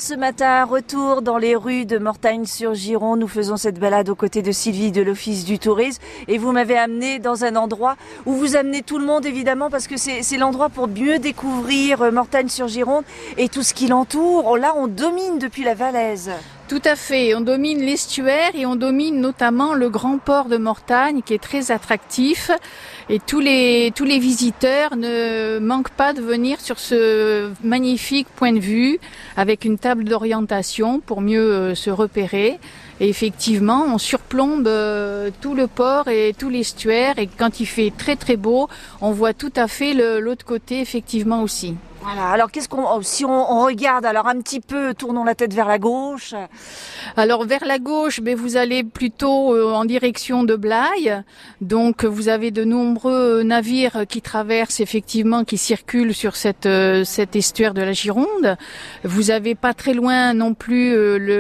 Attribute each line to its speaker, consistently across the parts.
Speaker 1: ce matin, retour dans les rues de Mortagne-sur-Gironde. Nous faisons cette balade aux côtés de Sylvie de l'Office du Tourisme. Et vous m'avez amené dans un endroit où vous amenez tout le monde, évidemment, parce que c'est l'endroit pour mieux découvrir Mortagne-sur-Gironde et tout ce qui l'entoure. Là, on domine depuis la Valaise.
Speaker 2: Tout à fait, on domine l'estuaire et on domine notamment le grand port de Mortagne qui est très attractif et tous les visiteurs ne manquent pas de venir sur ce magnifique point de vue avec une table d'orientation pour mieux se repérer. Et effectivement, on surplombe tout le port et tout l'estuaire et quand il fait très très beau, on voit tout à fait l'autre côté effectivement aussi.
Speaker 1: Voilà. Alors si on regarde alors un petit peu, tournons la tête vers la gauche.
Speaker 2: Alors vers la gauche, vous allez plutôt en direction de Blaye. Donc vous avez de nombreux navires qui traversent effectivement, qui circulent sur cet estuaire de la Gironde. Vous avez pas très loin non plus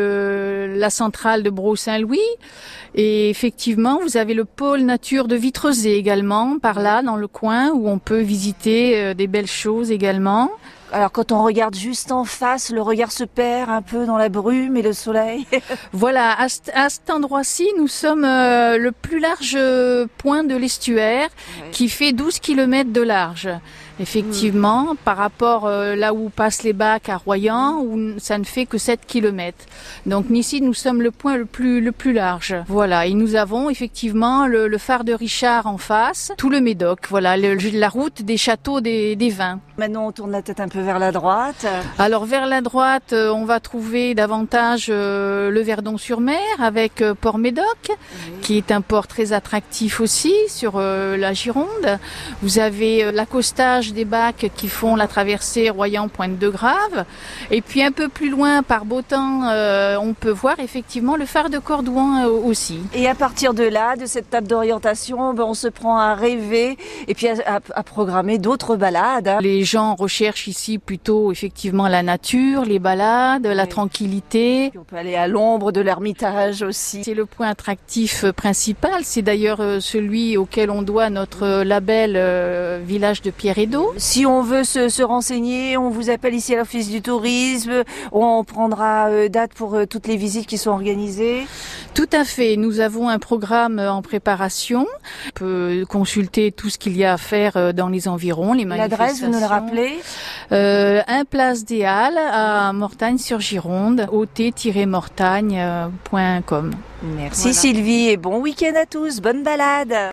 Speaker 2: la centrale de Brault-Saint-Louis. Et effectivement, vous avez le pôle nature de Vitrezé également, par là, dans le coin, où on peut visiter des belles choses également.
Speaker 1: Alors quand on regarde juste en face, le regard se perd un peu dans la brume et le soleil.
Speaker 2: Voilà, à cet endroit-ci, nous sommes le plus large point de l'estuaire, qui fait 12 km de large. Effectivement, par rapport là où passent les bacs à Royan, où ça ne fait que 7 km. Donc ici, nous sommes le point le plus large. Voilà, et nous avons effectivement le phare de Richard en face, tout le Médoc. Voilà, la route des châteaux des vins.
Speaker 1: Maintenant, on tourne la tête un peu vers la droite.
Speaker 2: Alors vers la droite, on va trouver davantage le Verdon-sur-Mer avec Port-Médoc, qui est un port très attractif aussi sur la Gironde. Vous avez l'accostage des bacs qui font la traversée Royan-Pointe-de-Grave. Et puis un peu plus loin, par beau temps, on peut voir effectivement le phare de Cordouan aussi.
Speaker 1: Et à partir de là, de cette table d'orientation, on se prend à rêver et puis à programmer d'autres balades.
Speaker 2: Les gens recherchent ici plutôt effectivement la nature, les balades, la tranquillité.
Speaker 1: Puis on peut aller à l'ombre de l'Ermitage aussi.
Speaker 2: C'est le point attractif principal. C'est d'ailleurs celui auquel on doit notre label Village de Pierre et d'Eau.
Speaker 1: Si on veut se renseigner, on vous appelle ici à l'Office du Tourisme. On prendra date pour toutes les visites qui sont organisées.
Speaker 2: Tout à fait. Nous avons un programme en préparation. On peut consulter tout ce qu'il y a à faire dans les environs, les manifestations.
Speaker 1: L'adresse, vous nous le rappelez ?
Speaker 2: 1 place des Halles à Mortagne-sur-Gironde, ot-mortagne.com.
Speaker 1: Merci Sylvie et bon week-end à tous. Bonne balade.